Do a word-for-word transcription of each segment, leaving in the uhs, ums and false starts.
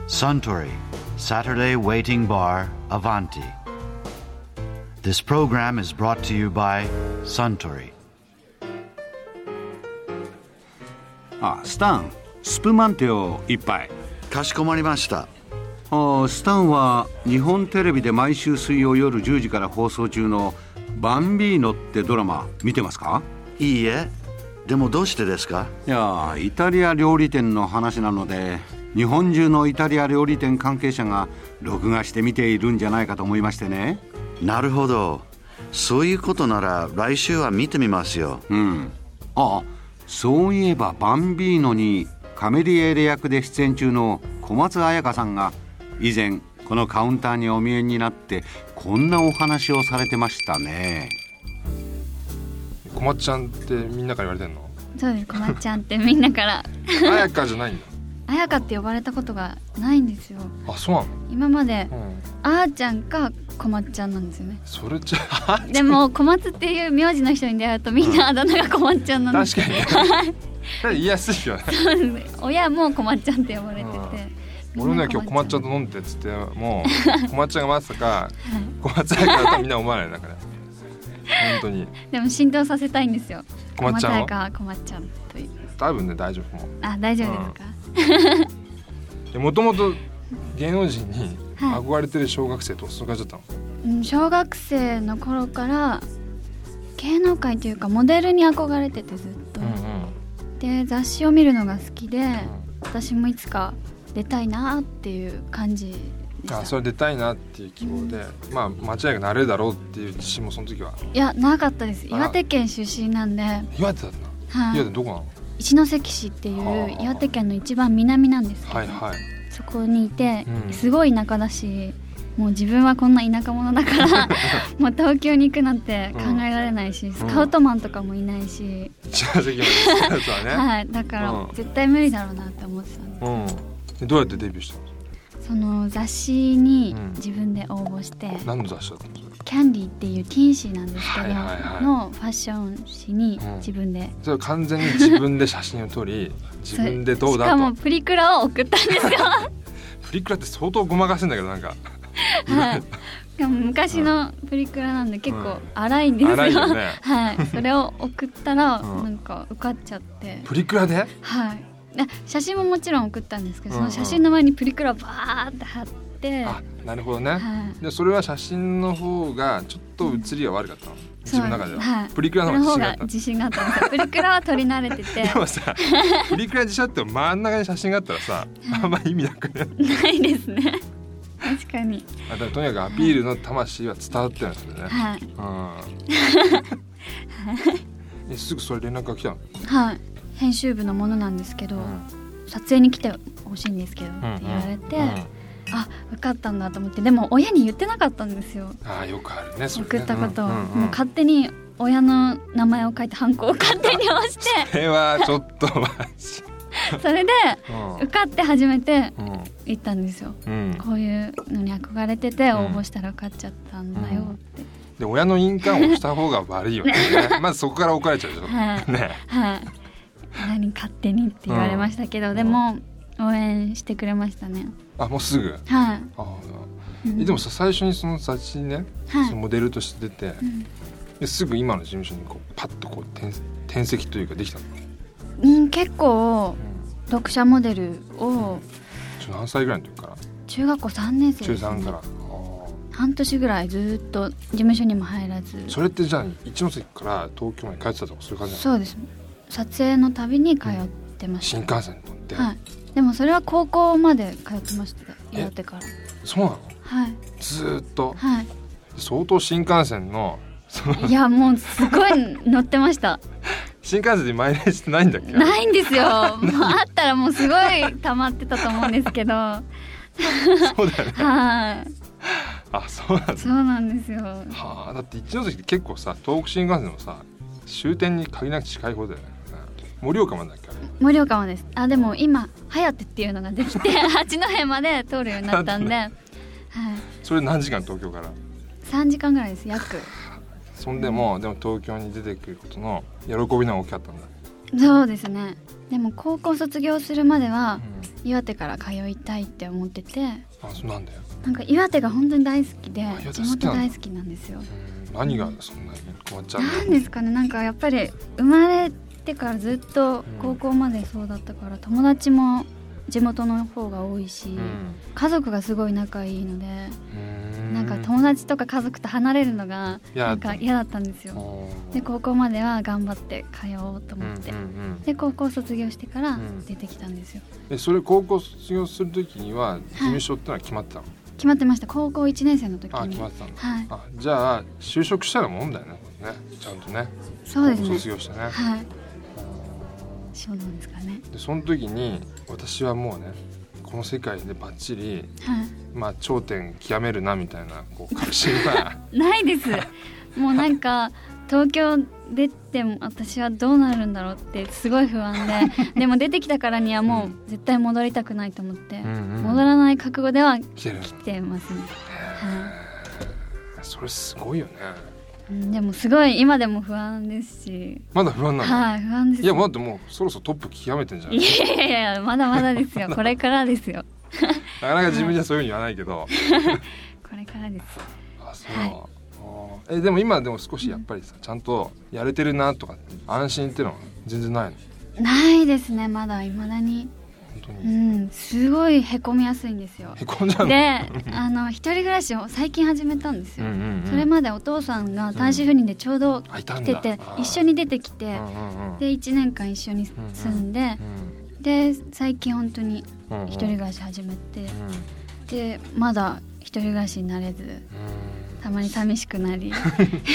Suntory Saturday Waiting Bar Avanti. This program is brought to you by Suntory. あ、スタン、スプマンテを一杯。 かしこまりました。 あ、スタンは日本テレビで毎週水曜夜じゅうじから放送中のバンビーノってドラマ見てますか？ いいえ。でもどうしてですか？ いや、イタリア料理店の話なので、日本中のイタリア料理店関係者が録画して見ているんじゃないかと思いましてね。 なるほど。そういうことなら来週は見てみますよ。 うん。あ、そういえばバンビーノにカメリエーレ役で出演中の小松彩香さんが以前このカウンターにお見えになってこんなお話をされてましたね。 小松ちゃんってみんなから言われてんの？ そうです、小松ちゃんってみんなから彩香じゃないんだ。 彩香って呼ばれたことがないんですよ。 あ、そうなの？ 今まで、 うん、 あーちゃんか小松ちゃんなんですよね。 それじゃでも小松っていう名字の人に出会うとみんなあだ名が小松ちゃんなんです。 確かに言いやすいよね。 そうですね、親も小松ちゃんって呼ばれてて、 うん、俺ね今日小松ちゃんと飲んでっつってもう小松ちゃんがまさか小松彩香だとみんな思わないだから本当に。でも浸透させたいんですよ、 小松ちゃんを。 小松彩香小松ちゃんという。 多分ね大丈夫。もうあ、大丈夫ですか？ もともと芸能人に憧れてる小学生とそういう感じだったの？ うん、小学生の頃から芸能界というかモデルに憧れててずっと、うんうん、で雑誌を見るのが好きで、うん、私もいつか出たいなっていう感じでした。 あ、それ出たいなっていう希望で、うん、まあ間違いなくなれるだろうっていう自信もその時は？ いや、なかったです。岩手県出身なんで。 岩手だったな、はい、岩手どこなの？一関市っていう岩手県の一番南なんですけど、はいはい、そこにいて、うん、すごい田舎だし、もう自分はこんな田舎者だからもう東京に行くなんて考えられないし、うん、スカウトマンとかもいないし、 近づきますねはい、だから絶対無理だろうなって思ってたんです、 うん、どうやってデビューしたの？ その雑誌に自分で応募して、うん、 何の雑誌だったの？ キャンディーっていうティーン誌なんですけど、はいはいはい、のファッション誌に自分で、 うん、それ完全に自分で写真を撮り自分でどうだと。 しかもプリクラを送ったんですよプリクラって相当ごまかしてんだけどなんかはい、でも昔のプリクラなんで結構荒いんですよ、うん、荒いよねはい、それを送ったらなんか受かっちゃって、うん、 プリクラで？ はい、写真ももちろん送ったんですけど、うんうん、その写真の前にプリクラバーって貼って、 あ、なるほどね、はい、でそれは写真の方がちょっと写りが悪かったの、うん、自分の中では、はい、プリクラの方が自信があった。 自信があったんですよプリクラは撮り慣れててでもさプリクラ自信あっても真ん中に写真があったらさあんまり意味なくねないですね確かに。 あ、だからとにかくアピールの魂は伝わってるんですよね、はい、うん、すぐそれ連絡が来たの？ はい、編集部のものなんですけど、うん、撮影に来てほしいんですけどって言われて、うんうんうん、あ、受かったんだと思って。でも親に言ってなかったんですよ。 あ、よくあるねそれね、 送ったことを、うんうんうん、もう勝手に親の名前を書いてハンコを勝手に押してそれはちょっとマジそれで、うん、受かって初めて行ったんですよ、うん、こういうのに憧れてて応募したら受かっちゃったんだよって、うん、 で親の印鑑をした方が悪いよねまずそこから怒られちゃうでしょ、はいね、はい、 何勝手にって言われましたけど、うん、でも応援してくれましたね。 あ、もうすぐ？はい、あ、うん、でもさ、最初にその雑誌にね、はい、そのモデルとして出て、うん、ですぐ今の事務所にこうパッとこう 転, 転籍というかできたの？ うん、結構、うん、読者モデルを何歳ぐらいの時から？ 中学校さんねん生です、ね、 中さんから。 半年ぐらいずっと事務所にも入らず。 それってじゃあ一ノ関から東京まで帰ってたとかそういう感じなの？ そうです。撮影のたびに通ってました、 うん、新幹線乗って、 はい、でもそれは高校まで通ってました。岩手から。 そうなの？ はい、 ずっと、 はい、 相当新幹線のいやもうすごい乗ってました新幹線でマイレージってないんだっけ？ ないんですよもうあったらもうすごい溜まってたと思うんですけどそうだよねはい、 あ、そうなんです、 そうなんですよ。 はあ、だって一ノ関って結構さ、東北新幹線のさ終点に限りなく近い方だよね。盛岡までだっけ？ 盛岡までです。あ、でも今はてっていうのができて八戸まで通るようになったんで、はい、 それ何時間東京から？ さんじかんぐらいです、約。 そんでも、うん、でも東京に出てくることの喜びの大きかったんだ。 そうですね。 でも高校卒業するまでは岩手から通いたいって思ってて、 あ、そうなんだよ。 なんか岩手が本当に大好きで地元大好きなんですよ。 うん、何がそんなに困っちゃうの？ なんですかね、なんかやっぱり生まれてからずっと高校までそうだったから、友達も地元の方が多いし、うん、家族がすごい仲いいので、んなんか友達とか家族と離れるのがなんか嫌だったんですよ。で高校までは頑張って通おうと思って、うんうんうん、で高校卒業してから出てきたんですよ。 うん、えそれ高校卒業するときには事務所ってのは決まってたの？はい、 決まってました。高校いちねん生の時に。 あ、決まってたんだ。 はい、 あ、じゃあ就職したらもんだよね、ね、ちゃんとね。 そうですね。 卒業してね。 はい。そうなんですかね。 でその時に私はもうね、この世界でバッチリ、はい、まあ頂点極めるなみたいなこう確信はないです。もうなんか東京出ても私はどうなるんだろうってすごい不安ででも出てきたからにはもう絶対戻りたくないと思って、うんうん、戻らない覚悟では来てますね。はい、 それすごいよね。 でもすごい今でも不安ですし。 まだ不安なの？ はい、不安です。 いや、まだもうそろそろトップ極めてんじゃない？いやいやいや、まだまだですよ。これからですよ。 なかなか自分じゃそういうふうに言わないけどこれからです。 あ、そう、はい、えでも今でも少しやっぱりさ、ちゃんとやれてるなとか安心っていうのは全然ないの？ ないですね、まだ未だに。本当に、うん、すごいへこみやすいんですよ。 へこんじゃうの？ で、あの一人暮らしを最近始めたんですよ。うんうんうん、それまでお父さんが単身赴任でちょうど来てて、うん、一緒に出てきて、うんうんうん、でいちねんかん一緒に住んで、うんうん、で最近本当に一人暮らし始めて、うんうん、でまだ一人暮らしになれず、うん、たまに寂しくなりはい、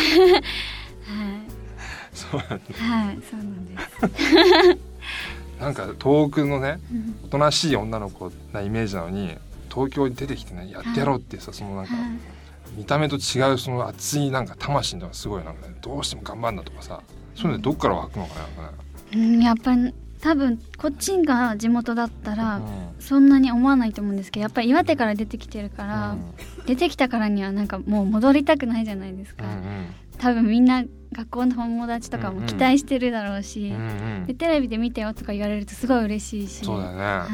そうなんです。 はい、そうなんです。 なんか遠くのね、おとなしい女の子なイメージなのに東京に出てきてね、やってやろうってさ、そのなんか見た目と違うその熱いなんか魂のすごいなんか、ね、どうしても頑張るんだとかさ、そういうのどっから湧くのかな、 うん、やっぱり多分こっちが地元だったらそんなに思わないと思うんですけど、やっぱり岩手から出てきてるから、うん、出てきたからにはなんかもう戻りたくないじゃないですか。うんうん、多分みんな学校の友達とかも期待してるだろうし、うんうん、でテレビで見てよとか言われるとすごい嬉しいし。 そうだね、はい、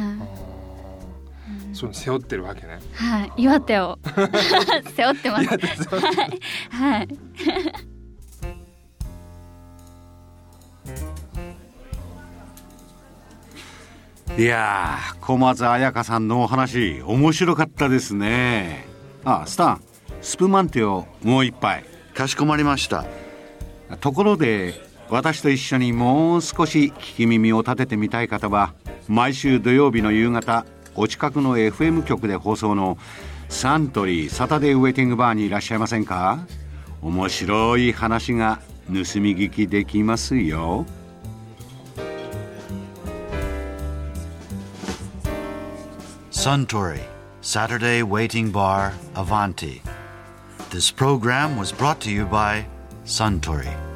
うん、そういうの背負ってるわけね。 はい、岩手を背負ってます。はいいやー、小松彩香さんのお話面白かったですね。あ、スタン、スプマンテをもう一杯。 かしこまりました。 ところで私と一緒にもう少し聞き耳を立ててみたい方は、毎週土曜日の夕方お近くの エフエム 局で放送のサントリーサタデーウェイティングバーにいらっしゃいませんか？面白い話が盗み聞きできますよ。 Suntory Saturday Waiting Bar Avanti. This program was brought to you by Suntory.